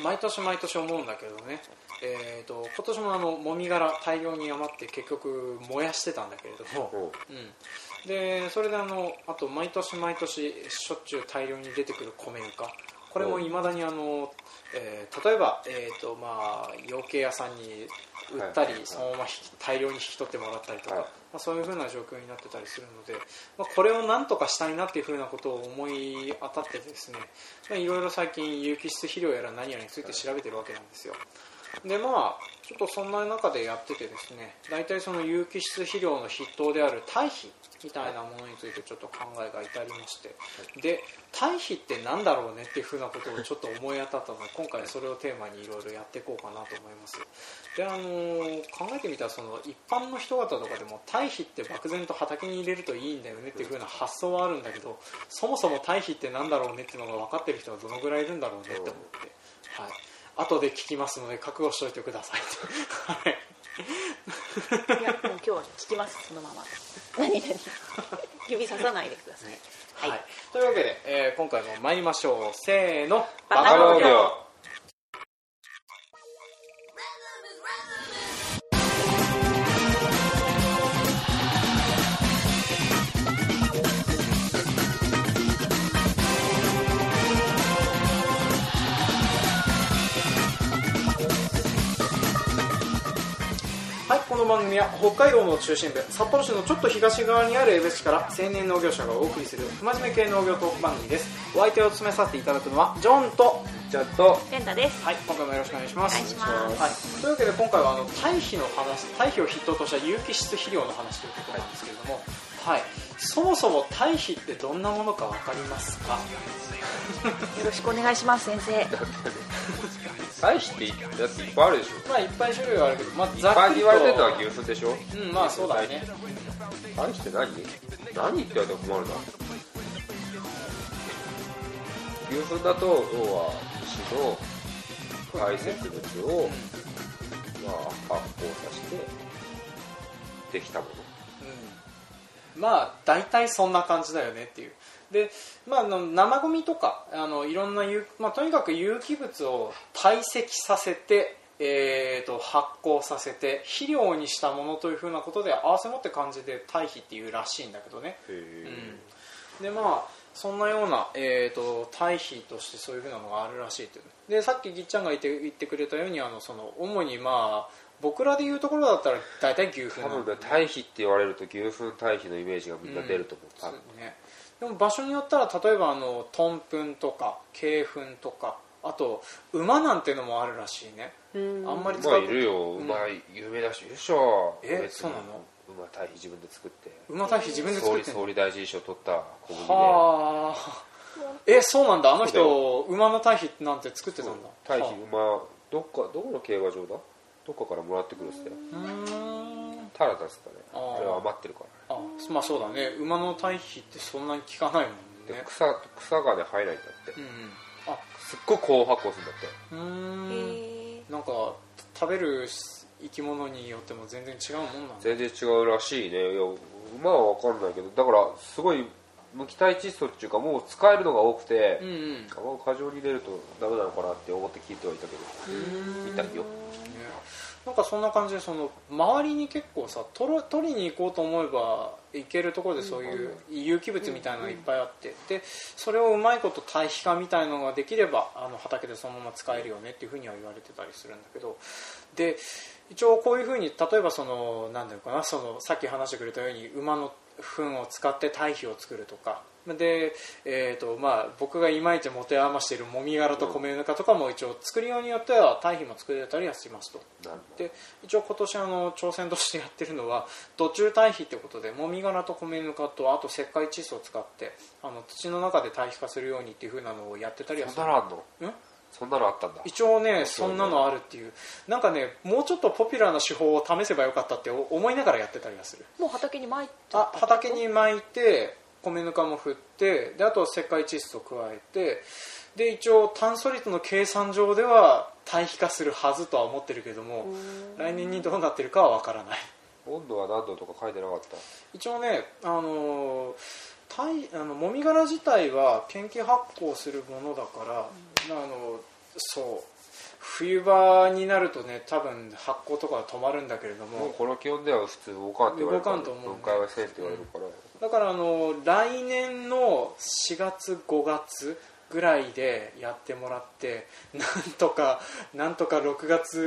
毎年毎年思うんだけどね、今年ももみ殻大量に余って結局燃やしてたんだけれども、でそれであと毎年毎年しょっちゅう大量に出てくる米ぬか、これもいまだに例えば、養鶏屋さんに売ったり、そのまま大量に引き取ってもらったりとか、そういう風な状況になってたりするので、これをなんとかしたいなっていう風なことを思い当たってですね、いろいろ最近有機質肥料やら何やらについて調べてるわけなんですよ。でちょっとそんな中でやっててですね、大体その有機質肥料の筆頭である堆肥みたいなものについてちょっと考えが至りまして、で堆肥ってなんだろうねっていうふうなことをちょっと思い当たったので、今回それをテーマにいろいろやっていこうかなと思います。で考えてみたら、その一般の人方とかでも堆肥って漠然と畑に入れるといいんだよねっていうふうな発想はあるんだけど、そもそも堆肥ってなんだろうねっていうのが分かってる人はどのぐらいいるんだろうねって思って、後で聞きますので覚悟しておいてくださいはい、 いやもう今日は聞きます、そのまま指ささないでください、ね。 はい、というわけで、今回も参りましょう。せーの、 バカ農業。 この番組は北海道の中心部札幌市のちょっと東側にある江別市から青年農業者がお送りする不真面目系農業トーク番組です。お相手を務めさせていただくのはジョンとちゃんとレンタです。 はい、今回もよろしくお願いします。 お願いします。 というわけで今回は堆肥の話、堆肥を筆頭とした有機質肥料の話ということなんですけれども、そもそも堆肥ってどんなものか分かりますか？ よろしくお願いします、先生。 堆肥ってだっていっぱいあるでしょ。 いっぱい種類はあるけど、ざっくりと一般に言われてるのは牛糞でしょ。 そうだね。 堆肥って何って言われても困るな。牛糞だと要は牛の排泄物を、発酵させてできたもの。 大体そんな感じだよねっていう。で、生ゴミとかいろんなとにかく有機物を堆積させて、発酵させて肥料にしたものというふうなことで合わせ持って漢字で堆肥っていうらしいんだけどね。でそんなような、堆肥としてそういうふうなのがあるらしいという。でさっきぎっちゃんが言ってくれたようにその主に僕らでいうところだったら大体牛糞なんだ、ね、 多分堆肥って言われると牛糞堆肥のイメージがみんな出ると思う、多分ね。でも場所によったら例えばトンプンとか鶏糞とか、あと馬なんてのもあるらしいね。あんまり使う馬いるよ、馬有名だしいるでしょ。 そうなの？ 馬堆肥自分で作って、 馬堆肥自分で作ってんの？ 総理大臣賞取った小麦で。そうなんだ。あの人馬の堆肥なんて作ってたんだ。 堆肥馬どこの競馬場だ、どっかからもらってくるっすね。タラだっつったね。あれは余ってるから。 そうだね。馬の堆肥ってそんなに効かないもんね。 で草がね生えないんだって、すっごい高発酵するんだって。 なんか食べる生き物によっても全然違うもんなんだ。 全然違うらしいね。いや馬は分かんないけど、だからすごい無機体窒素っていうかもう使えるのが多くて、過剰に入れるとダメなのかなって思って聞いてはいたけど、みたいよ。 なんかそんな感じで、その周りに結構さ取りに行こうと思えば行けるところでそういう有機物みたいなのがいっぱいあって、でそれをうまいこと堆肥化みたいなのができれば畑でそのまま使えるよねっていうふうには言われてたりするんだけど、で一応こういうふうに例えばその何ていうかな、そのさっき話してくれたように馬の糞を使って堆肥を作るとかで、僕がいまいち持て余しているもみ殻と米ぬかとかも一応作りようによっては堆肥も作れたりはしますと。で一応今年挑戦としてやってるのは土中堆肥ってことで、もみ殻と米ぬかとあと石灰窒素を使って土の中で堆肥化するようにっていう風なのをやってたりはする。 そんなのあんの？そんなのあったんだ。 一応ね、そんなのあるっていう、なんかね、もうちょっとポピュラーな手法を試せばよかったって思いながらやってたりはする。 もう畑に巻いて、 畑に巻いて米ぬかも振って、であと石灰窒素を加えて、で一応炭素率の計算上では堆肥化するはずとは思ってるけども、来年にどうなってるかは分からない。 温度は何度とか書いてなかった？ 一応ね、もみ殻自体は研究発酵するものだから、そう冬場になるとね多分発酵とかは止まるんだけれども、 この気温では普通動かんって言われるから、 動かんと思うね分解はせんって言われるから、 だから来年の4月5月ぐらいでやってもらって、なんとか6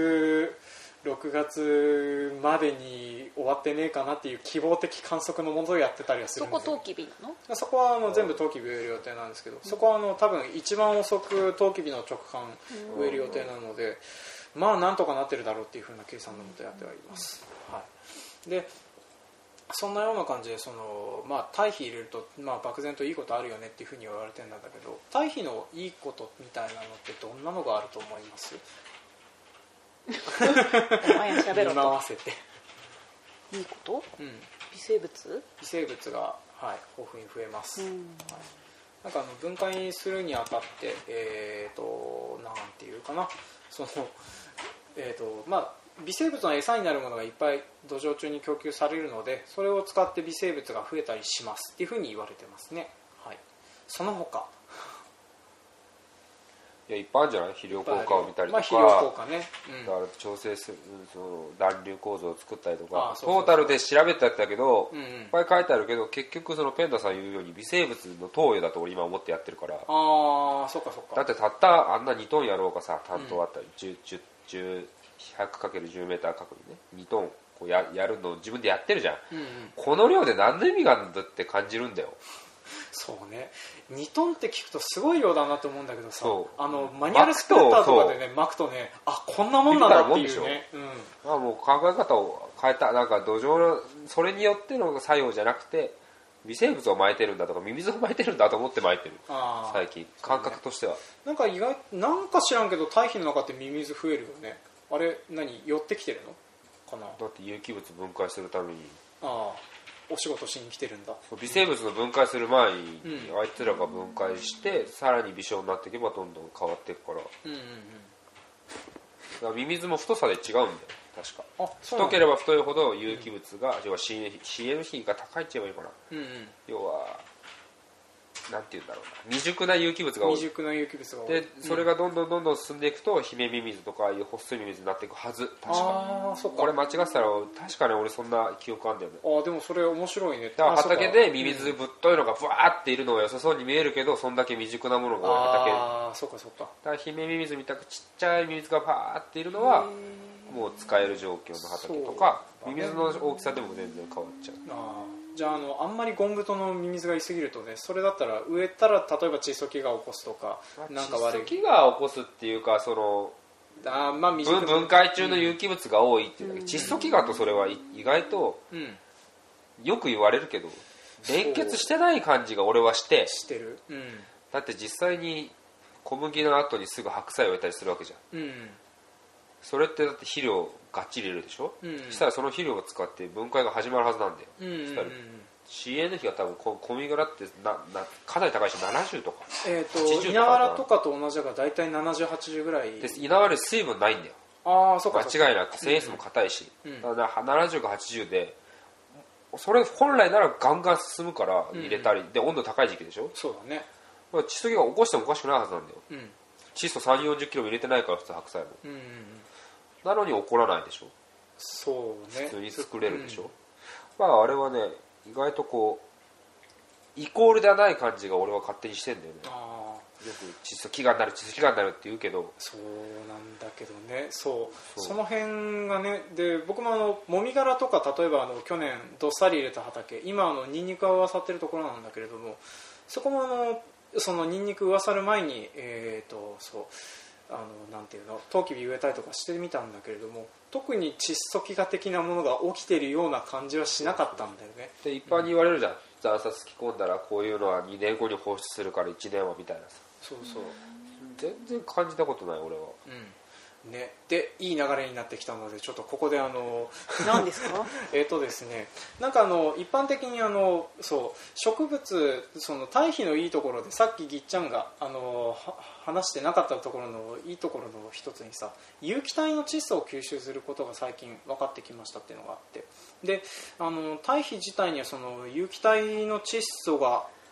月までに終わってねえかなっていう希望的観測のものをやってたりはするんですよ。 そこトウキビなの？ そこは全部トウキビ植える予定なんですけど、そこは多分一番遅くトウキビの直感植える予定なので、まあなんとかなってるだろうっていう風な計算のもとやってはいます、はい、でそんなような感じで堆肥入れると、漠然といいことあるよねっていう風に言われてるんだけど、堆肥のいいことみたいなのってどんなのがあると思います？ お前喋ろ見回せていいこと、微生物が、豊富に増えます、なんか分解するにあたってなんていうかな、微生物の餌になるものがいっぱい土壌中に供給されるので、それを使って微生物が増えたりしますっていうふうに言われてますね、その他いやいっぱいあるんじゃない？肥料効果を見たりとか、 肥料効果ね、 だから調整する暖流構造を作ったりとか、トータルで調べてたけど、いっぱい書いてあるけど、結局ペンダさん言うように微生物の投与だと俺今思ってやってるから、 そっかだってたったあんな2トンやろうかさ、担当あったり、100×10 メーター角にね2トンこう やるのを自分でやってるじゃん、この量で何の意味があるんだって感じるんだよ。 そうね、2トンって聞くとすごい量だなと思うんだけどさ、マニュマアルスプレッダーとかでね巻くとね、こんなもんなんだっていうね、 もう考え方を変えた、なんか土壌のそれによっての作用じゃなくて微生物を巻いてるんだとかミミズを巻いてるんだと思って巻いてる最近感覚としては、 なんか意外なんか知らんけど堆肥の中ってミミズ増えるよね。あれ寄ってきてるのかな。 だって有機物分解するためにお仕事しに来てるんだ。 微生物の分解する前にあいつらが分解して、さらに微小になっていけばどんどん変わっていくから、だからミミズも太さで違うんだよ確か。太ければ太いほど有機物が、要は CN 比が高いって言えばいいかな、要はなんていうんだろうな、未熟な有機物が多い。でそれがどんどん進んでいくと姫ミミズとかいう細いミミズになっていくはず。確かこれ間違ってたら確かに俺そんな記憶あんだよね。 でもそれ面白いね。 だから畑でミミズぶっといのがブワーっているのが良さそうに見えるけど、そんだけ未熟なものが多い畑。 そうかだから姫ミミズみたくちっちゃいミミズがバーっているのはもう使える状況の畑とか、ミミズの大きさでも全然変わっちゃう。 じゃあ、あんまりゴンブトのミミズがいすぎるとね、それだったら植えたら例えば窒素飢餓を起こすとか、なんか悪い窒素飢餓を起こすっていうか、分解中の有機物が多いっていうだけ、窒素飢餓とそれは意外とよく言われるけど連結してない感じが俺はしてる、 だって実際に小麦の後にすぐ白菜を植えたりするわけじゃん、それってだって肥料がっちり入れるでしょ、そしたらその肥料を使って分解が始まるはずなんだよ、そしたら CN 比が多分小麦柄ってかなり高いし、70とか稲わらとかと同じだから大体70、80ぐらいで、稲わらに水分ないんだよ。 そうか間違いなく繊維質も硬いし、だから70か80でそれ本来ならガンガン進むから入れたり、で温度高い時期でしょ。 そうだね。 窒素飢餓を起こしてもおかしくないはずなんだよ、窒素3、40キロも入れてないから普通白菜も、なのに起こらないでしょ。 そうね、 普通に作れるでしょ、あれはね意外とこうイコールではない感じが俺は勝手にしてんだよね。よく窒素飢餓になるって言うけど、 そうなんだけどね、その辺がね。で僕ももみ殻とか例えば去年どっさり入れた畑、今ニンニクが植わさってるところなんだけれども、そこもそのニンニク植わさる前になんていうの、トウキビ植えたりとかしてみたんだけれども、特に窒素飢餓的なものが起きているような感じはしなかったんだよね。 で一般に言われるじゃん、残砂すき込んだらこういうのは2年後に放出するから1年はみたいなさ。そう全然感じたことない俺は、ね、でいい流れになってきたので、ちょっとここで何ですかですね、なんか一般的に植物堆肥のいいところで、さっきぎっちゃんが話してなかったところのいいところの一つにさ、有機体の窒素を吸収することが最近分かってきましたっていうのがあって、で堆肥自体にはその有機体の窒素が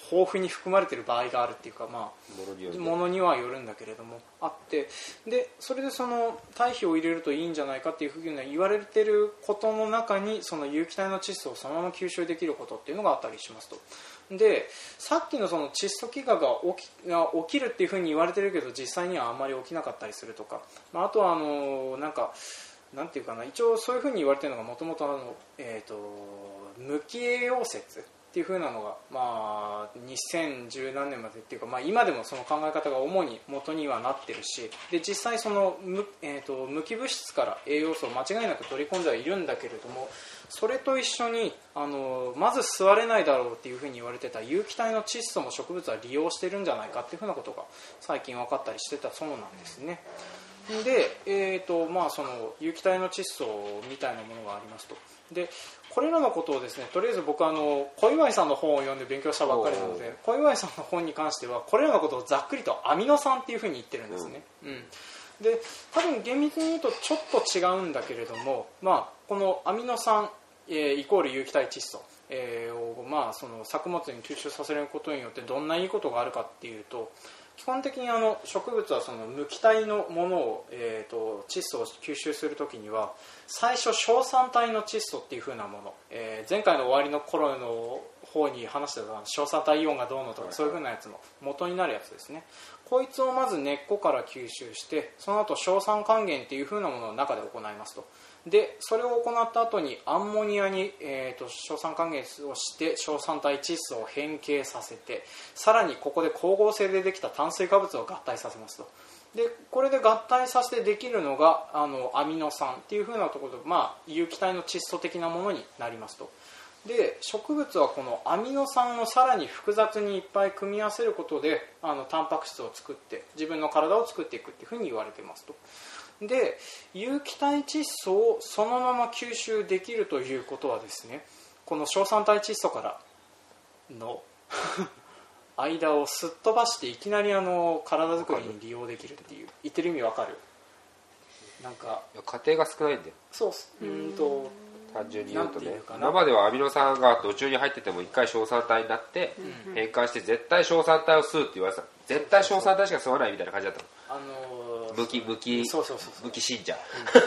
豊富に含まれている場合があるっていうか、まあ、ものにはよるんだけれどもあって、でそれでその堆肥を入れるといいんじゃないかっていうふうに言われていることの中にその有機体の窒素をそのまま吸収できることっていうのがあったりしますと。でさっきのその窒素飢餓が起きるっていうふうに言われてるけど実際にはあんまり起きなかったりするとか、まあ、あとはなんていうかな、一応そういうふうに言われてるのがもともと無機栄養説っていう風なのが、まあ、2010何年までっていうか、まあ、今でもその考え方が主に元にはなってるし、で実際その無機物質から栄養素を間違いなく取り込んではいるんだけれども、それと一緒にまず吸われないだろうっていう風に言われてた有機体の窒素も植物は利用してるんじゃないかっていう風なことが最近分かったりしてたそうなんですね。で、まあ、その有機体の窒素みたいなものがありますと。でこれらのことをですね、とりあえず僕小岩井さんの本を読んで勉強したばっかりなので、小岩井さんの本に関してはこれらのことをざっくりとアミノ酸っていうふうに言ってるんですね。で多分厳密に言うとちょっと違うんだけれども、まあ、このアミノ酸、イコール有機体窒素、を、まあ、その作物に吸収させることによってどんないいことがあるかっていうと、基本的に植物はその無機体のものを、窒素を吸収するときには最初硝酸体の窒素っていう風なもの、前回の終わりの頃の方に話してた硝酸体イオンがどうのとかそういう風なやつの元になるやつですね。こいつをまず根っこから吸収して、その後硝酸還元っていう風なものの中で行いますと。でそれを行った後にアンモニアに、硝酸還元をして硝酸体窒素を変形させて、さらにここで光合成でできた炭水化物を合体させますと。でこれで合体させてできるのがアミノ酸っていう風なところで、まあ、有機体の窒素的なものになりますと。で植物はこのアミノ酸をさらに複雑にいっぱい組み合わせることでタンパク質を作って自分の体を作っていくっていう風に言われていますと。で有機体窒素をそのまま吸収できるということはですね、この硝酸体窒素からの間をすっ飛ばしていきなり体作りに利用できるっていう、言ってる意味わかる？なんか過程が少ないんだよ。 そう単純に言うとね、今まではアミノ酸が途中に入ってても一回硝酸体になって変換して絶対硝酸体を吸うって言われてた。絶対硝酸体しか吸わないみたいな感じだったの。無機信者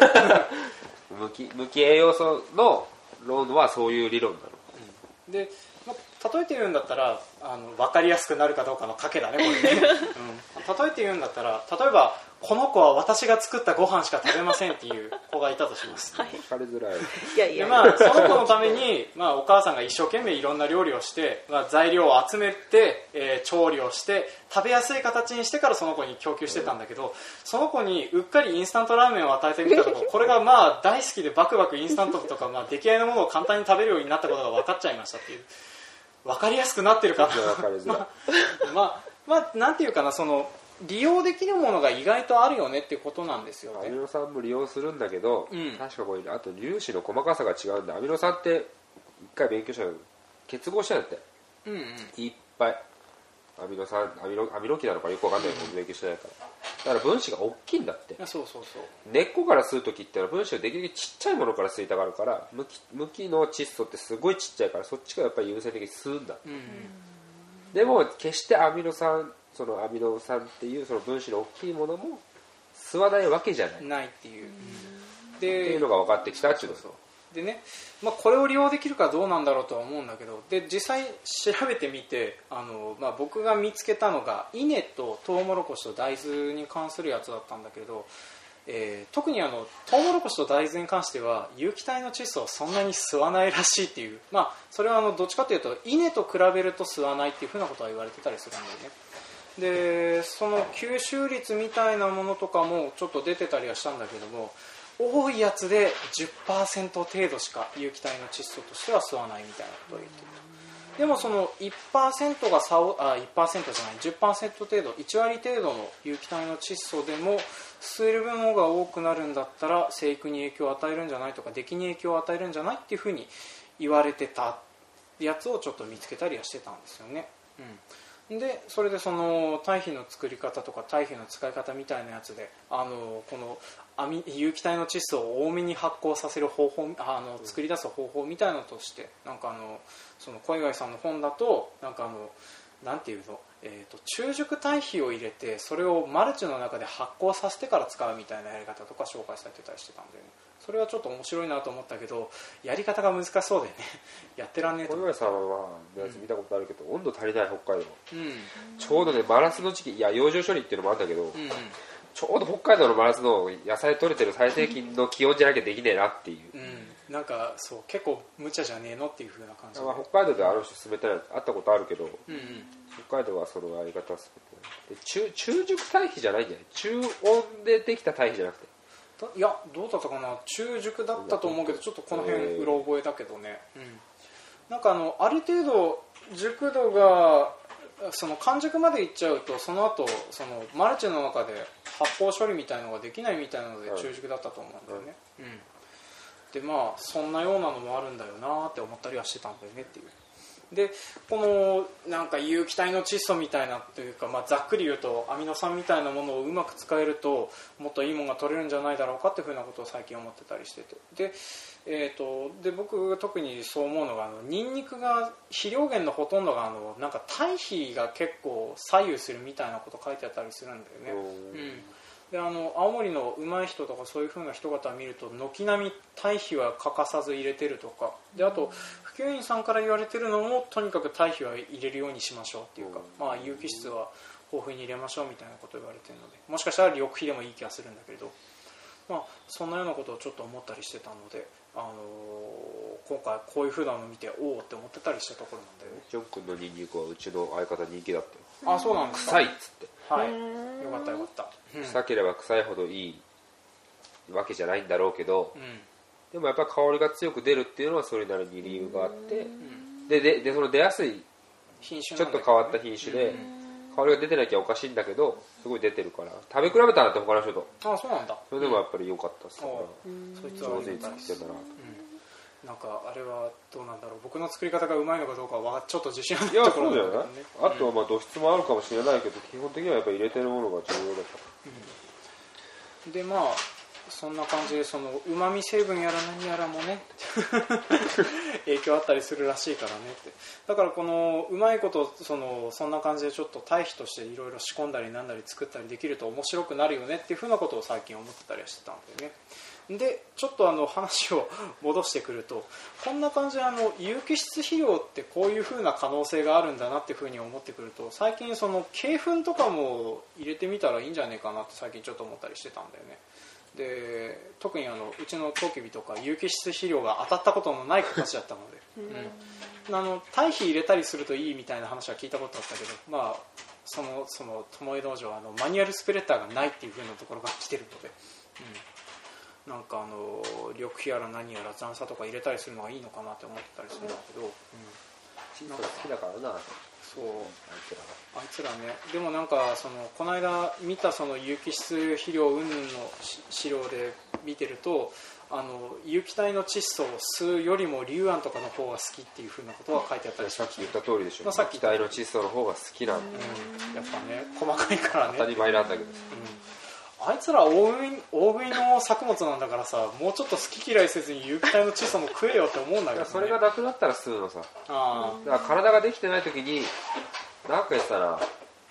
無機栄養素の論はそういう理論なの。 で例えて言うんだったら分かりやすくなるかどうかの賭けだねこれね、例えて言うんだったら、例えばこの子は私が作ったご飯しか食べませんっていう子がいたとします、 分かりづらい。 で、まあ、その子のために、まあ、お母さんが一生懸命いろんな料理をして、まあ、材料を集めて、調理をして食べやすい形にしてからその子に供給してたんだけど、その子にうっかりインスタントラーメンを与えてみたところ、これがまあ大好きでバクバクインスタントとか、まあ、出来合いのものを簡単に食べるようになったことが分かっちゃいましたっていう。分かりやすくなってるかなまあなんていうかな、その利用できるものが意外とあるよねっていうことなんですよね。 アミノ酸も利用するんだけど、確かこれあと粒子の細かさが違うんで、アミノ酸って一回勉強したら結合しちゃうんだって、いっぱいアミノ基なのかよく分かんないけど勉強してないから、だから分子が大きいんだって。 そう根っこから吸う時ってのは分子ができるだけちっちゃいものから吸いたがるから、無機の窒素ってすごいちっちゃいからそっちがやっぱり優先的に吸うんだ、でも決してアミノ酸っていうその分子の大きいものも吸わないわけじゃないっていう、 っていうのが分かってきたっていうことでね、まあ、これを利用できるかどうなんだろうとは思うんだけど、で実際調べてみてまあ、僕が見つけたのが稲とトウモロコシと大豆に関するやつだったんだけど、特にトウモロコシと大豆に関しては有機体の窒素はそんなに吸わないらしいっていう、まあ、それはどっちかというと稲と比べると吸わないっていうふうなことは言われてたりするんだよね。でその吸収率みたいなものとかもちょっと出てたりはしたんだけども、多いやつで 10% 程度しか有機体の窒素としては吸わないみたいなことを言っている。でもその 1% が1% じゃない 10% 程度1割程度の有機体の窒素でも吸える分のが多くなるんだったら生育に影響を与えるんじゃないとか出来に影響を与えるんじゃないっていうふうに言われてたやつをちょっと見つけたりはしてたんですよね。でそれでその堆肥の作り方とか堆肥の使い方みたいなやつでこの有機体の窒素を多めに発酵させる方法、作り出す方法みたいなのとしてなんかその小岩井さんの本だとなんかなんていうの、中熟堆肥を入れてそれをマルチの中で発酵させてから使うみたいなやり方とか紹介されてたりしてたんで、ね、それはちょっと面白いなと思ったけどやり方が難しそうでねやってらんねえと。 小岩さんはやつ見たことあるけど、温度足りない北海道、ちょうどねマラスの時期、いや養生処理っていうのもあるんだけど、ちょうど北海道のマラスの野菜取れてる最盛期の気温じゃなきゃできねえなっていう、 なんかそう結構無茶じゃねえのっていう風な感じで、 北海道である人進めてない会ったことあるけど、北海道はそのやり方は進めてないで、中熟堆肥じゃないんじゃない、中温でできた堆肥じゃなくて、 いやどうだったかな、中熟だったと思うけどちょっとこの辺うろ覚えだけどね、なんかある程度熟度がその完熟までいっちゃうとその後そのマルチの中で発酵処理みたいのができないみたいなので中熟だったと思うんだよね、でまあそんなようなのもあるんだよなって思ったりはしてたんだよねっていう。でこのなんか有機体の窒素みたいなというか、ざっくり言うとアミノ酸みたいなものをうまく使えるともっといいものが取れるんじゃないだろうかっていうふうなことを最近思ってたりしてて、で僕が特にそう思うのがニンニクが肥料源のほとんどがなんか堆肥が結構左右するみたいなこと書いてあったりするんだよね。で青森の上手い人とかそういう風な人方を見ると軒並み堆肥は欠かさず入れてるとかで、あと普及員さんから言われてるのもとにかく堆肥は入れるようにしましょうっていうか、有機質は豊富に入れましょうみたいなことを言われてるので、もしかしたら緑肥でもいい気がするんだけれど、そんなようなことをちょっと思ったりしてたので、今回こういう風なのを見ておおって思ってたりしたところなんだよね。 ジョン君のニンニクはうちの相方人気だったよ。 そうなんですか。 臭いっつって、 はい、よかったよかった、 臭ければ臭いほどいいわけじゃないんだろうけど、でもやっぱり香りが強く出るっていうのはそれなりに理由があって、でその出やすい品種ちょっと変わった品種で、香りが出てなきゃおかしいんだけどすごい出てるから食べ比べたんだって他の人と。 そうなんだ。 それでもやっぱり良かったっすから、 そいつは上手に作ってんだなと。 なんかあれはどうなんだろう、僕の作り方がうまいのかどうかはちょっと自信はないいやところそうだよなんだけどね。 ね、あとは土質もあるかもしれないけど基本的にはやっぱり入れてるものが重要だから、 でそんな感じでそのうまみ成分やら何やらもね影響あったりするらしいからねって。だからこのうまいことそんな感じでちょっと堆肥としていろいろ仕込んだりなんだり作ったりできると面白くなるよねっていうふうなことを最近思ってたりはしてたんだよね。でちょっと話を戻してくると、こんな感じで有機質肥料ってこういう風な可能性があるんだなっていう風に思ってくると、最近その鶏粉とかも入れてみたらいいんじゃないかなって最近ちょっと思ったりしてたんだよね。で特にうちのトウキビとか有機質肥料が当たったことのない形だったので、堆肥入れたりするといいみたいな話は聞いたことあったけど、その友江道場はマニュアルスプレッダーがないっていう風なところが来てるので、なんか緑肥やら何やら残砂とか入れたりするのがいいのかなって思ってたりするんだけど、 チーズが好きだからな。 そうあいつらね。でもなんかこの間見たその有機質肥料云々の資料で見てると、有機体の窒素を吸うよりも硫黄とかの方が好きっていうふうなことが書いてあったりしさっき言った通りでしょ。 さっき有機体の窒素の方が好きなんだ、 やっぱね細かいからね当たり前なんだけど、 あいつら大食いの作物なんだからさ、もうちょっと好き嫌いせずに有機体の窒素も食えよって思うんだけど、ね、 それがなくなったら吸うのさ。だから体ができてない時になんか言ってたら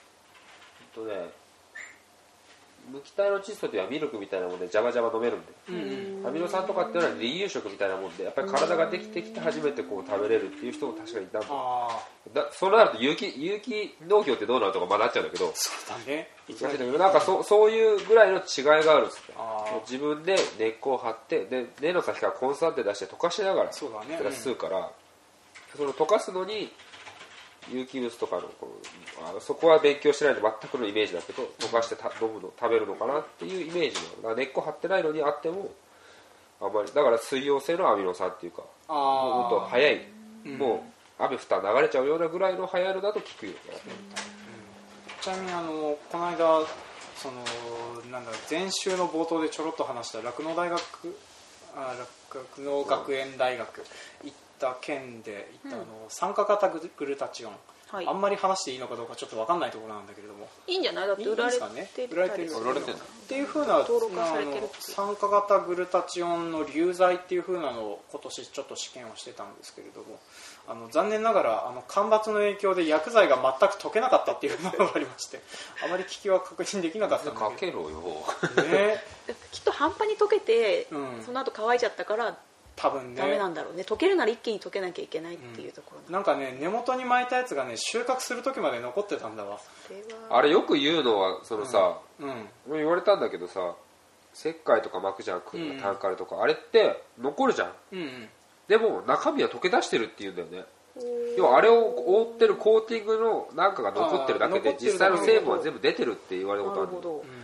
無機体の窒素っていうのはミルクみたいなもんでジャバジャバ飲めるんで、アミノ酸とかっていうのは離乳食みたいなもんで、やっぱり体ができてきて初めてこう食べれるっていう人も確かにいたんだ。そうなると有機農業ってどうなるとかまだなっちゃうんだけど、 そうだね、 なんかそういうぐらいの違いがあるんですね。自分で根っこを張ってで根の先からコンサーテ出して溶かしながらそれ吸うから、その溶かすのに有機物とかのそこは勉強してないので全くのイメージだけど、溶かして飲むの食べるのかなっていうイメージの、だから根っこ張ってないのにあってもあんまり、だから水溶性のアミノ酸っていうかもっと早い、もう雨降ったら流れちゃうようなぐらいの流行るだと効くよね。 ちなみにこの間前週の冒頭でちょろっと話した酪農学園大学行っった件で言った酸化型グルタチオン、はい、あんまり話していいのかどうかちょっと分かんないところなんだけれども、 いいんじゃない？だって売られてるっていう風な酸化型グルタチオンの流剤っていう風なのを今年ちょっと試験をしてたんですけれども、残念ながら干ばつの影響で薬剤が全く溶けなかったっていうのがありまして、あまり効きは確認できなかったんだけど、 かけろよ、 ね、 きっと半端に溶けて、その後乾いちゃったから多分ねダメなんだろうね。溶けるなら一気に溶けなきゃいけないっていうところ、 なんかね、根元に巻いたやつがね、収穫する時まで残ってたんだわ。 あれよく言うのはそのさ、言われたんだけどさ、石灰とか巻くじゃん、タンカルとか、あれって残るじゃん、でも中身は溶け出してるって言うんだよね。要はあれを覆ってるコーティングのなんかが残ってるだけで、実際の成分は全部出てるって言われたことある。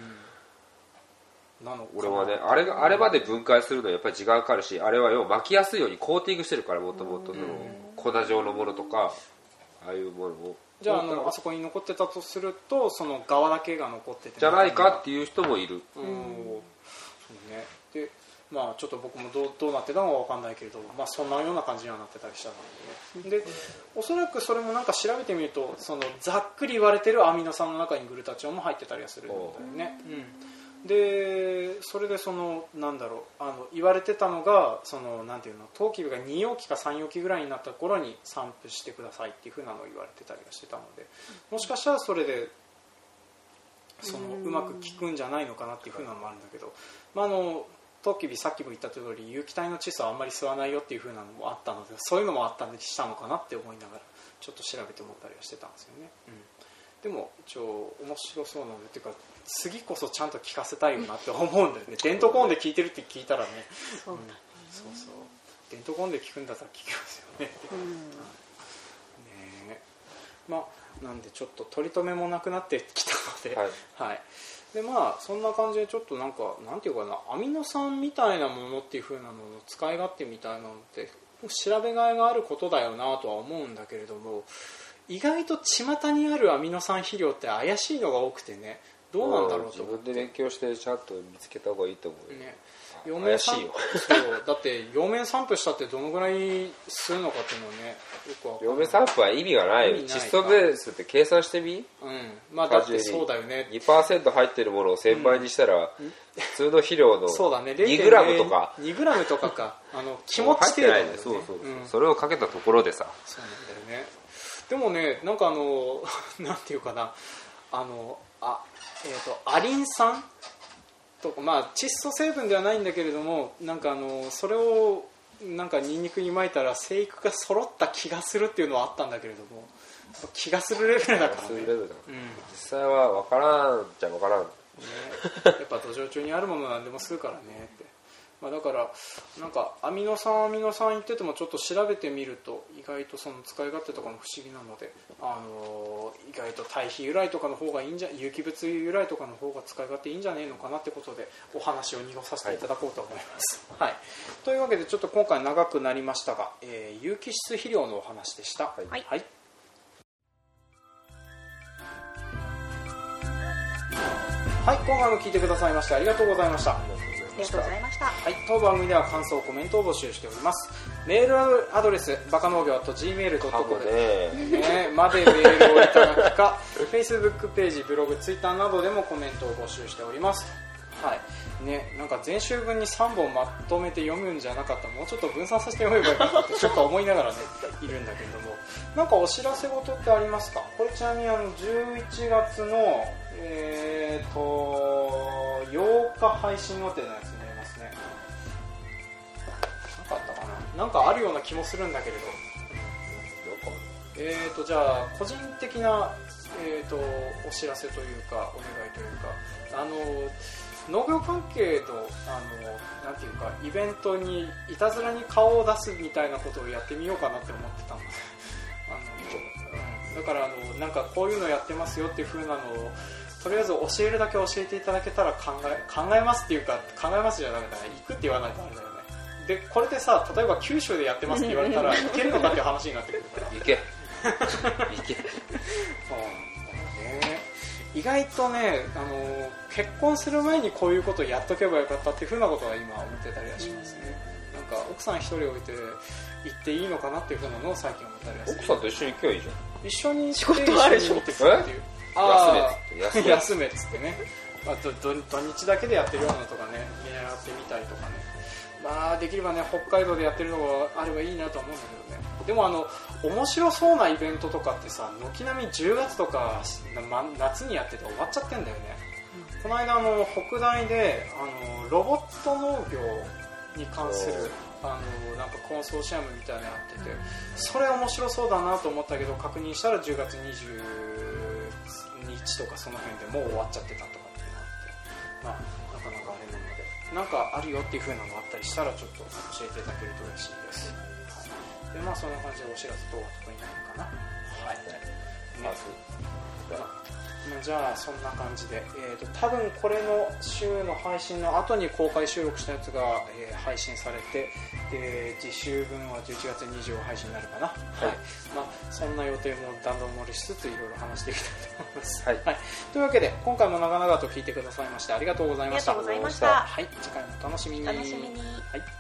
俺はね、あれまで分解するのはやっぱり時間かかるし、あれは要は巻きやすいようにコーティングしてるから、もともと粉状のものとかああいうものを。 じゃああそこに残ってたとすると、その側だけが残っててじゃないかっていう人もいる。 そうね。でまあちょっと僕もどうなってたのか分かんないけれど、まあそんなような感じにはなってたりしたので、ね、でおそらくそれもなんか調べてみると、そのざっくり言われてるアミノ酸の中にグルタチオンも入ってたりはするんだよね。でそれでなんだろう、言われてたのが、なんていうの、当期が2容器か3容器ぐらいになった頃に散布してくださいっていう風なのを言われてたりはしてたので、もしかしたらそれでうまく効くんじゃないのかなっていう風なのもあるんだけど、トウキビさっきも言った通り有機体の窒素はあんまり吸わないよっていう風なのもあったので、そういうのもあったんでしたのかなって思いながらちょっと調べて思ったりはしてたんですよね。でも一応面白そうなので、っていうか次こそちゃんと聞かせたいよなって思うんだよね。デントコーンで聞いてるって聞いたらね、そうデントコーンで聞くんだったら聞きますよね。まあなんでちょっと取り留めもなくなってきたので、はい、でまあそんな感じでちょっとなんていうかな、アミノ酸みたいなものっていう風なのの使い勝手みたいなのって調べがいがあることだよなとは思うんだけれども、意外と巷にあるアミノ酸肥料って怪しいのが多くてね、どうなんだろうと思って。 自分で勉強してちゃんと見つけた方がいいと思うよ、 怪しいよ。そうだって両面散布したってどのぐらい吸うのかっていうのはね、よくわかんない。 両面散布は意味がないよ。窒素ベースって計算してみ。 まあだってそうだよね。 2% 入ってるものを1000倍にしたら、普通の肥料の 2g とか 2g とかか気持ち程度だよね。 それをかけたところでさ。 そうなんだよね。でもね、なんかなんていうかな、アリン酸とか、まあ窒素成分ではないんだけれども、なんかそれをなんかニンニクに巻いたら生育が揃った気がするっていうのはあったんだけれども、気がするレベルだからね。 実際は分からんじゃ分からん、 やっぱ土壌中にあるものなんでも吸うからねって。だからなんかアミノ酸言っててもちょっと調べてみると意外とその使い勝手とかも不思議なので、意外と堆肥由来とかの方がいいんじゃ、有機物由来とかの方が使い勝手いいんじゃねえのかなってことでお話を濁させていただこうと思います、はい、というわけでちょっと今回長くなりましたが、有機質肥料のお話でした。はい、はいはい、今回も聞いてくださいましてありがとうございました。 ありがとうございました。 はい、当番組では感想コメントを募集しております。メールアドレスバカ農業@gmail.com で、までメールをいただくかFacebook ページ、ブログ、Twitter などでもコメントを募集しております。はいね、なんか前週分に3本まとめて読むんじゃなかった、もうちょっと分散させて読めばよかったってちょっと思いながらねいるんだけれども、なんかお知らせ事ってありますか？これちなみに11月の8日配信予定のやつになりますね。なんかあったかな、なんかあるような気もするんだけれど、じゃあ個人的な、お知らせというかお願いというか、農業関係のなんていうかイベントにいたずらに顔を出すみたいなことをやってみようかなって思ってたのでだからなんかこういうのやってますよっていう風なのをとりあえず教えるだけ教えていただけたら考えますっていうか、考えますじゃダメだね、行くって言わないとあれだよね。でこれでさ、例えば九州でやってますって言われたら行けるのかっていう話になってくるから行け意外とね、結婚する前にこういうことをやっとけばよかったっていうふうなことは今思ってたりはしますね。なんか奥さん一人置いて行っていいのかなっていうふうなのを最近思ったりはする。 奥さんと一緒に行けばいいじゃん。 一緒に仕事あるでしょ。 一緒に見てくるっていう。休めっつってね。あと土日だけでやってるようなのとかね、狙ってみたりとかね。まあできればね、北海道でやってるのがあればいいなと思うんだけどね。でも面白そうなイベントとかってさ、軒並み10月とか夏にやってて終わっちゃってんだよね。この間北大でロボット農業に関するなんかコンソーシアムみたいなのやってて、それ面白そうだなと思ったけど、確認したら10月20日とかその辺でもう終わっちゃってたとかってなって、なかなかあれなので、なんかあるよっていう風なのがあったりしたらちょっと教えていただけると嬉しいです。はい、でそんな感じでお知らせ動画とかになるのかな。はい。まずじゃあそんな感じで、多分これの週の配信の後に公開収録したやつが、配信されて、次週分は11月20日配信になるかな。はい。そんな予定も段取りしつついろいろ話していきたいと思います。はい。というわけで今回も長々と聞いてくださいましてありがとうございました。 ありがとうございました。 はい。次回もお楽しみに。 お楽しみに。 はい。